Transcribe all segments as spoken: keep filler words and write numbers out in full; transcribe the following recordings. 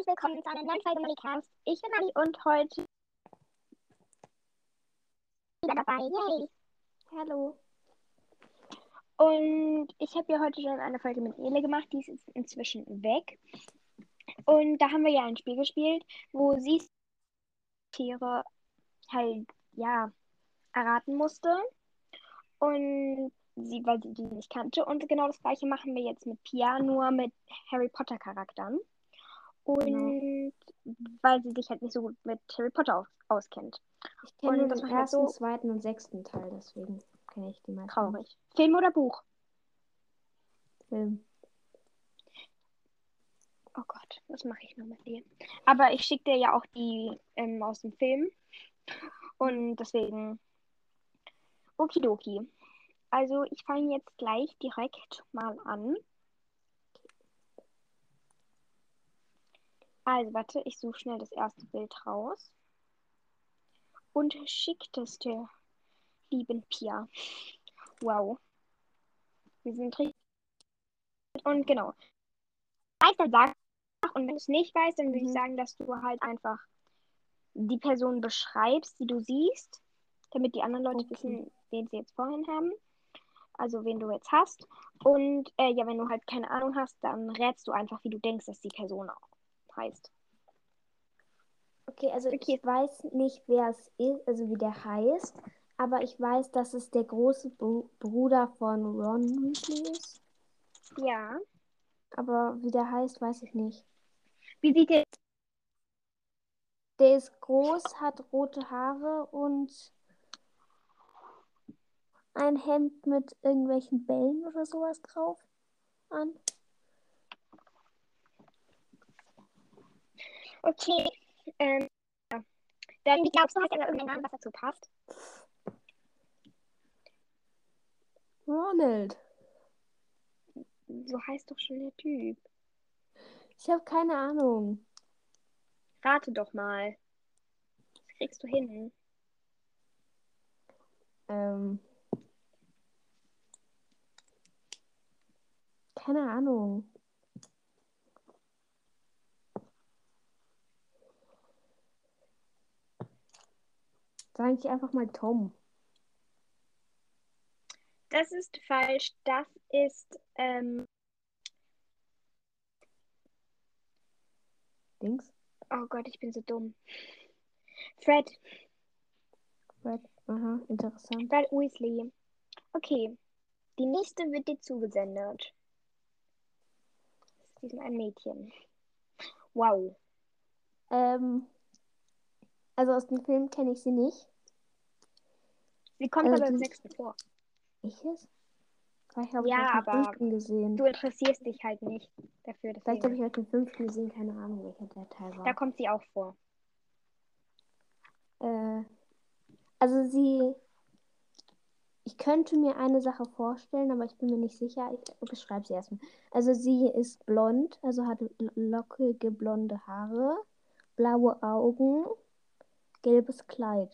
herzlich willkommen zu einer neuen Folge Mollycast. Ich bin Mali und heute wieder dabei. Yay! Hallo. Und ich habe ja heute schon eine Folge mit Ele gemacht, die ist jetzt inzwischen weg. Und da haben wir ja ein Spiel gespielt, wo sie Tiere halt, ja, erraten musste. Und sie, weil sie die nicht kannte. Und genau das gleiche machen wir jetzt mit Pia, nur mit Harry Potter Charakteren. Und Genau. weil sie sich halt nicht so gut mit Harry Potter aus auskennt. Ich kenne nur Und das den machen wir jetzt ersten, so zweiten und sechsten Teil, deswegen kenne ich die meisten traurig. nicht. Film oder Buch? Film. Oh Gott, was mache ich noch mit dir? Aber ich schicke dir ja auch die ähm, aus dem Film. Und deswegen, okidoki. Also ich fange jetzt gleich direkt mal an. Also warte, ich suche schnell das erste Bild raus. Und schicke das der lieben Pia. Wow. Wir sind richtig. Und genau. Weiß, dann sag und wenn du es nicht weißt, dann würde ich Mhm. sagen, dass du halt einfach die Person beschreibst, die du siehst, damit die anderen Leute Okay. wissen, wen sie jetzt vorhin haben. Also wen du jetzt hast. Und äh, ja, wenn du halt keine Ahnung hast, dann rätst du einfach, wie du denkst, dass die Person auch heißt. Okay, also Okay. ich weiß nicht, wer es ist, also wie der heißt, aber ich weiß, dass es der große Br Bruder von Ron Weasley ist. Ja. Aber wie der heißt, weiß ich nicht. Wie sieht der? Der ist groß, hat rote Haare und ein Hemd mit irgendwelchen Bällen oder sowas drauf an. Okay. Ähm, ja. Dann, wie glaubst du, hast du aber irgendeinen Namen, was dazu passt? Ronald. So heißt doch schon der Typ. Ich habe keine Ahnung. Rate doch mal. Das kriegst du hin. Ähm, keine Ahnung. Sag ich einfach mal Tom. Das ist falsch. Das ist, ähm, Dings. oh Gott, ich bin so dumm. Fred. Red. Aha, interessant. Fred Weasley. Okay. Die nächste wird dir zugesendet. Sie sind ein Mädchen. Wow. Ähm, also aus dem Film kenne ich sie nicht. Sie kommt Also aber im die, sechsten vor. ich es? Vielleicht habe ich Ja, auch den aber fünften gesehen. du interessierst dich halt nicht dafür, Vielleicht habe deswegen. ich auch den fünften gesehen, keine Ahnung, welcher der Teil Da war. kommt sie auch vor. Äh, also sie, ich könnte mir eine Sache vorstellen, aber ich bin mir nicht sicher. Ich beschreibe sie erstmal. Also sie ist blond, also hat lockige blonde Haare, blaue Augen, gelbes Kleid.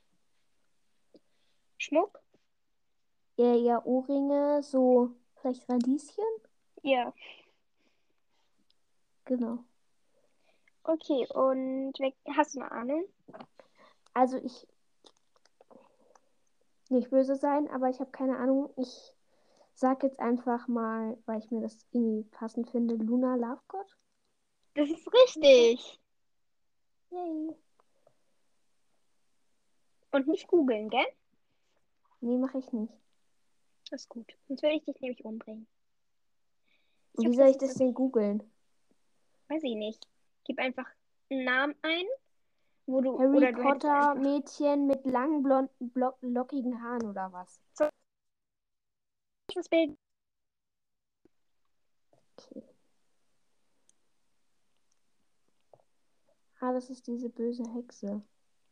Schmuck? Ja, ja, Ohrringe, so vielleicht Radieschen? Ja. Genau. Okay, und weg- hast du eine Ahnung? Also ich, nicht böse sein, aber ich habe keine Ahnung. Ich sag jetzt einfach mal, weil ich mir das irgendwie passend finde, Luna Lovegood. Das ist richtig. Yay. Und nicht googeln, gell? Nee, mache ich nicht. Das ist gut. Sonst würde ich dich nämlich umbringen. Ich Und wie hoffe, soll das ich ist das okay. denn googeln? Weiß ich nicht. Gib einfach einen Namen ein, wo du, Harry oder du hättest Potter einfach. Mädchen mit langen blonden, blo- lockigen Haaren oder was? So, das Bild. Okay. Ah, das ist diese böse Hexe.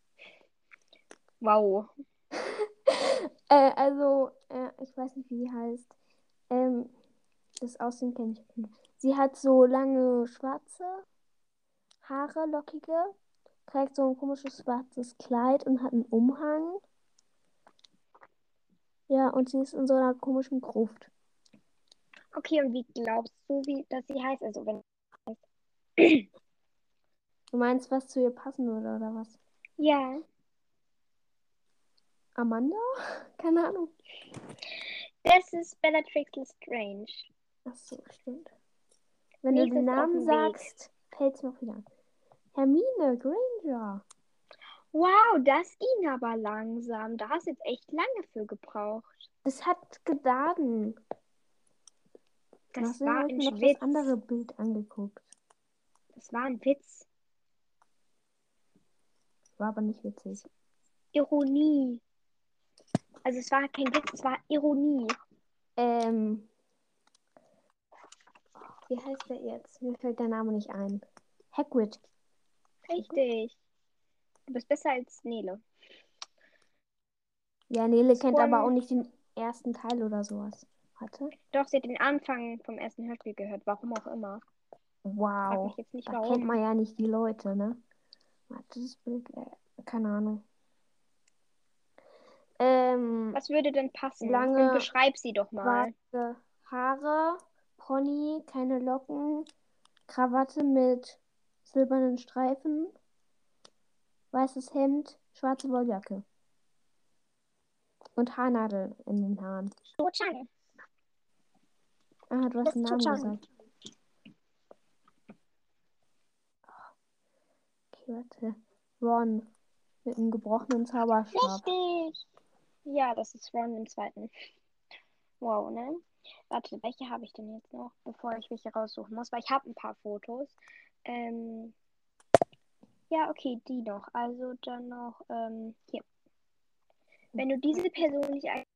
Wow. äh, also, äh, ich weiß nicht, wie die heißt. Ähm, das Aussehen kenne ich nicht. Sie hat so lange schwarze Haare, lockige, trägt so ein komisches schwarzes Kleid und hat einen Umhang. Ja, und sie ist in so einer komischen Gruft. Okay, und wie glaubst du, wie dass sie heißt? Also wenn Du meinst, was zu ihr passen würde, oder was? Ja. Amanda? Keine Ahnung. Das ist Bellatrix Lestrange. Ach so, stimmt. Wenn du Nächstes den auf Namen dem Weg. sagst, fällt es mir auch wieder an. Hermine Granger. Wow, das ging aber langsam. Da hast du jetzt echt lange für gebraucht. Das hat gedauert. Das Außerdem war habe ich ein mir noch das Witz. andere Bild angeguckt. Das war ein Witz. War aber nicht witzig. Ironie. Also es war kein Witz, es war Ironie. Ähm. Wie heißt der jetzt? Mir fällt der Name nicht ein. Hagrid. Richtig. Du bist besser als Nele. Ja, Nele kennt aber auch Squan. nicht den ersten Teil oder sowas. Warte. Doch, sie hat den Anfang vom ersten Hörspiel gehört. Warum auch immer. Frag mich Wow. jetzt nicht Da kennt warum. man ja nicht die Leute, ne? Warte, das Bild. Äh, keine Ahnung. Ähm, Was würde denn passen? Und lange, beschreib sie doch mal. schwarze Haare, Pony, keine Locken, Krawatte mit silbernen Streifen, weißes Hemd, schwarze Wolljacke und Haarnadel in den Haaren. Cho Chang. Ah, du hast Das den ist Cho Namen Chang. gesagt. Okay, warte. Ron mit einem gebrochenen Zauberstab. Richtig. Ja, das ist Ron im zweiten. Wow, ne? Warte, welche habe ich denn jetzt noch, bevor ich welche raussuchen muss? Weil ich habe ein paar Fotos. Ähm, ja, okay, die noch. Also dann noch, ähm, hier. Wenn du diese Person nicht ein...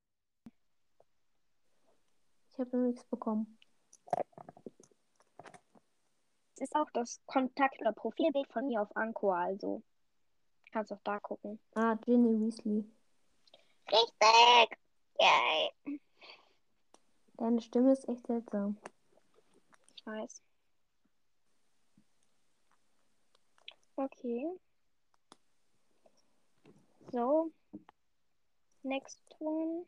Ich habe noch nichts bekommen. Das ist auch das Kontakt- oder Profilbild von mir auf Anchor, also kannst auch da gucken. Ah, Ginny Weasley. Richtig! Yay! Deine Stimme ist echt seltsam. Ich weiß. Okay. So. Next one.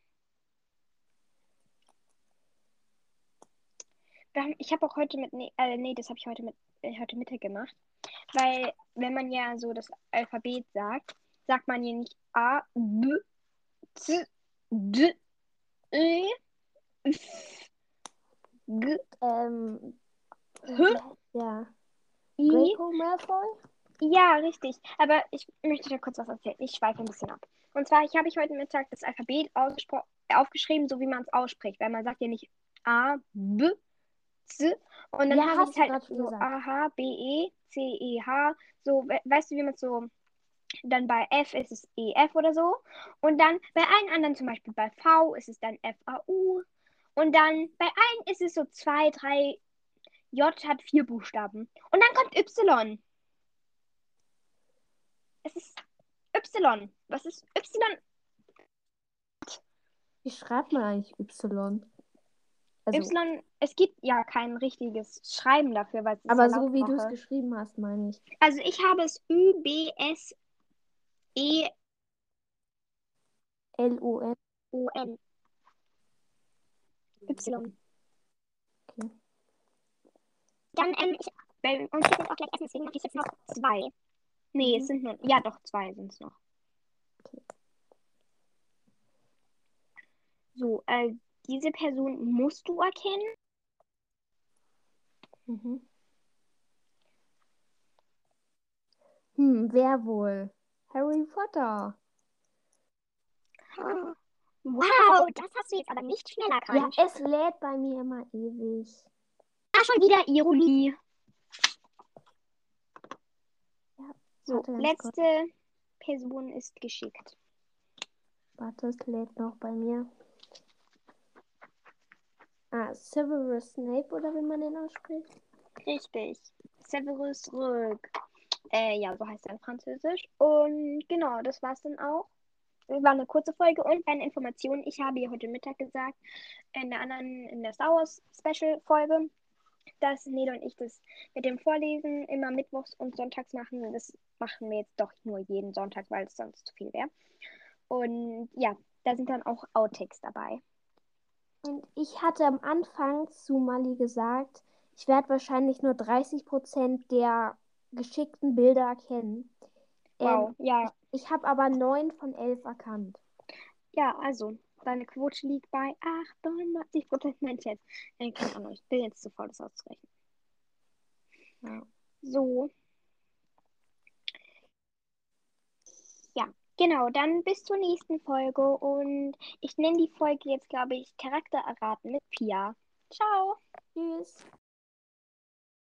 Wir haben, ich habe auch heute mit, nee, äh, nee, das habe ich heute mit, äh, heute Mittag gemacht. Weil, wenn man ja so das Alphabet sagt, sagt man ja nicht A, B, C, D, E, F, G, Ähm, H, wie heißt der? I. Draco Malfoy? Ja, richtig. Aber ich möchte dir kurz was erzählen. Ich schweife ein bisschen ab. Und zwar, ich habe ich heute Mittag das Alphabet ausgespro- aufgeschrieben, so wie man es ausspricht. Weil man sagt ja nicht A, B, C. Und dann Ja, habe ich es hast du halt gerade schon so gesagt. A, H, B, E, C, E, H. So, we weißt du, wie man es so. Dann bei F ist es E, F oder so. Und dann bei allen anderen, zum Beispiel bei V, ist es dann F, A, U. Und dann bei allen ist es so zwei, drei. J hat vier Buchstaben. Und dann kommt Y. Es ist Y. Was ist Y? Wie schreibt man eigentlich Y? Also, Y, es gibt ja kein richtiges Schreiben dafür, weil es ist ja aber so wie du es Lautsprache. geschrieben hast, meine ich. Also ich habe es Ü, B, S, E, L O N. O, N, Y. Okay. Dann, ähm, ich, bei uns gibt es auch gleich Essen, deswegen habe ich jetzt noch zwei. Nee, es Mhm. sind nur, ja doch, zwei sind es noch. Okay. So, äh, diese Person musst du erkennen. Mhm. Hm, wer wohl? Harry Potter. Wow, das hast du jetzt aber nicht schnell Ja, erkannt. es lädt bei mir immer ewig. Ah, schon wieder Ironie. Ja, So, warte ganz kurz. letzte Person ist geschickt. Warte, es lädt noch bei mir. Ah, Severus Snape oder wie man den ausspricht. Richtig. Severus Rück. Äh, ja, so heißt er in Französisch. Und genau, das war's dann auch. Es war eine kurze Folge und eine Information. Ich habe ihr heute Mittag gesagt, in der anderen, in der Star Wars Special Folge, dass Nele und ich das mit dem Vorlesen immer mittwochs und sonntags machen. Das machen wir jetzt doch nur jeden Sonntag, weil es sonst zu viel wäre. Und ja, da sind dann auch Outtakes dabei. Und ich hatte am Anfang zu Mali gesagt, ich werde wahrscheinlich nur dreißig Prozent der geschickten Bilder erkennen. Ähm, Wow, ja. ich ich habe aber neun von elf erkannt. Ja, also, deine Quote liegt bei achtundneunzig Prozent. Nein, Scherz. Nein, keine Ahnung, ich bin jetzt zu faul, das auszurechnen. Ja. So, ja. Genau, dann bis zur nächsten Folge und ich nenne die Folge jetzt, glaube ich, Charakter erraten mit Pia. Ciao! Tschüss.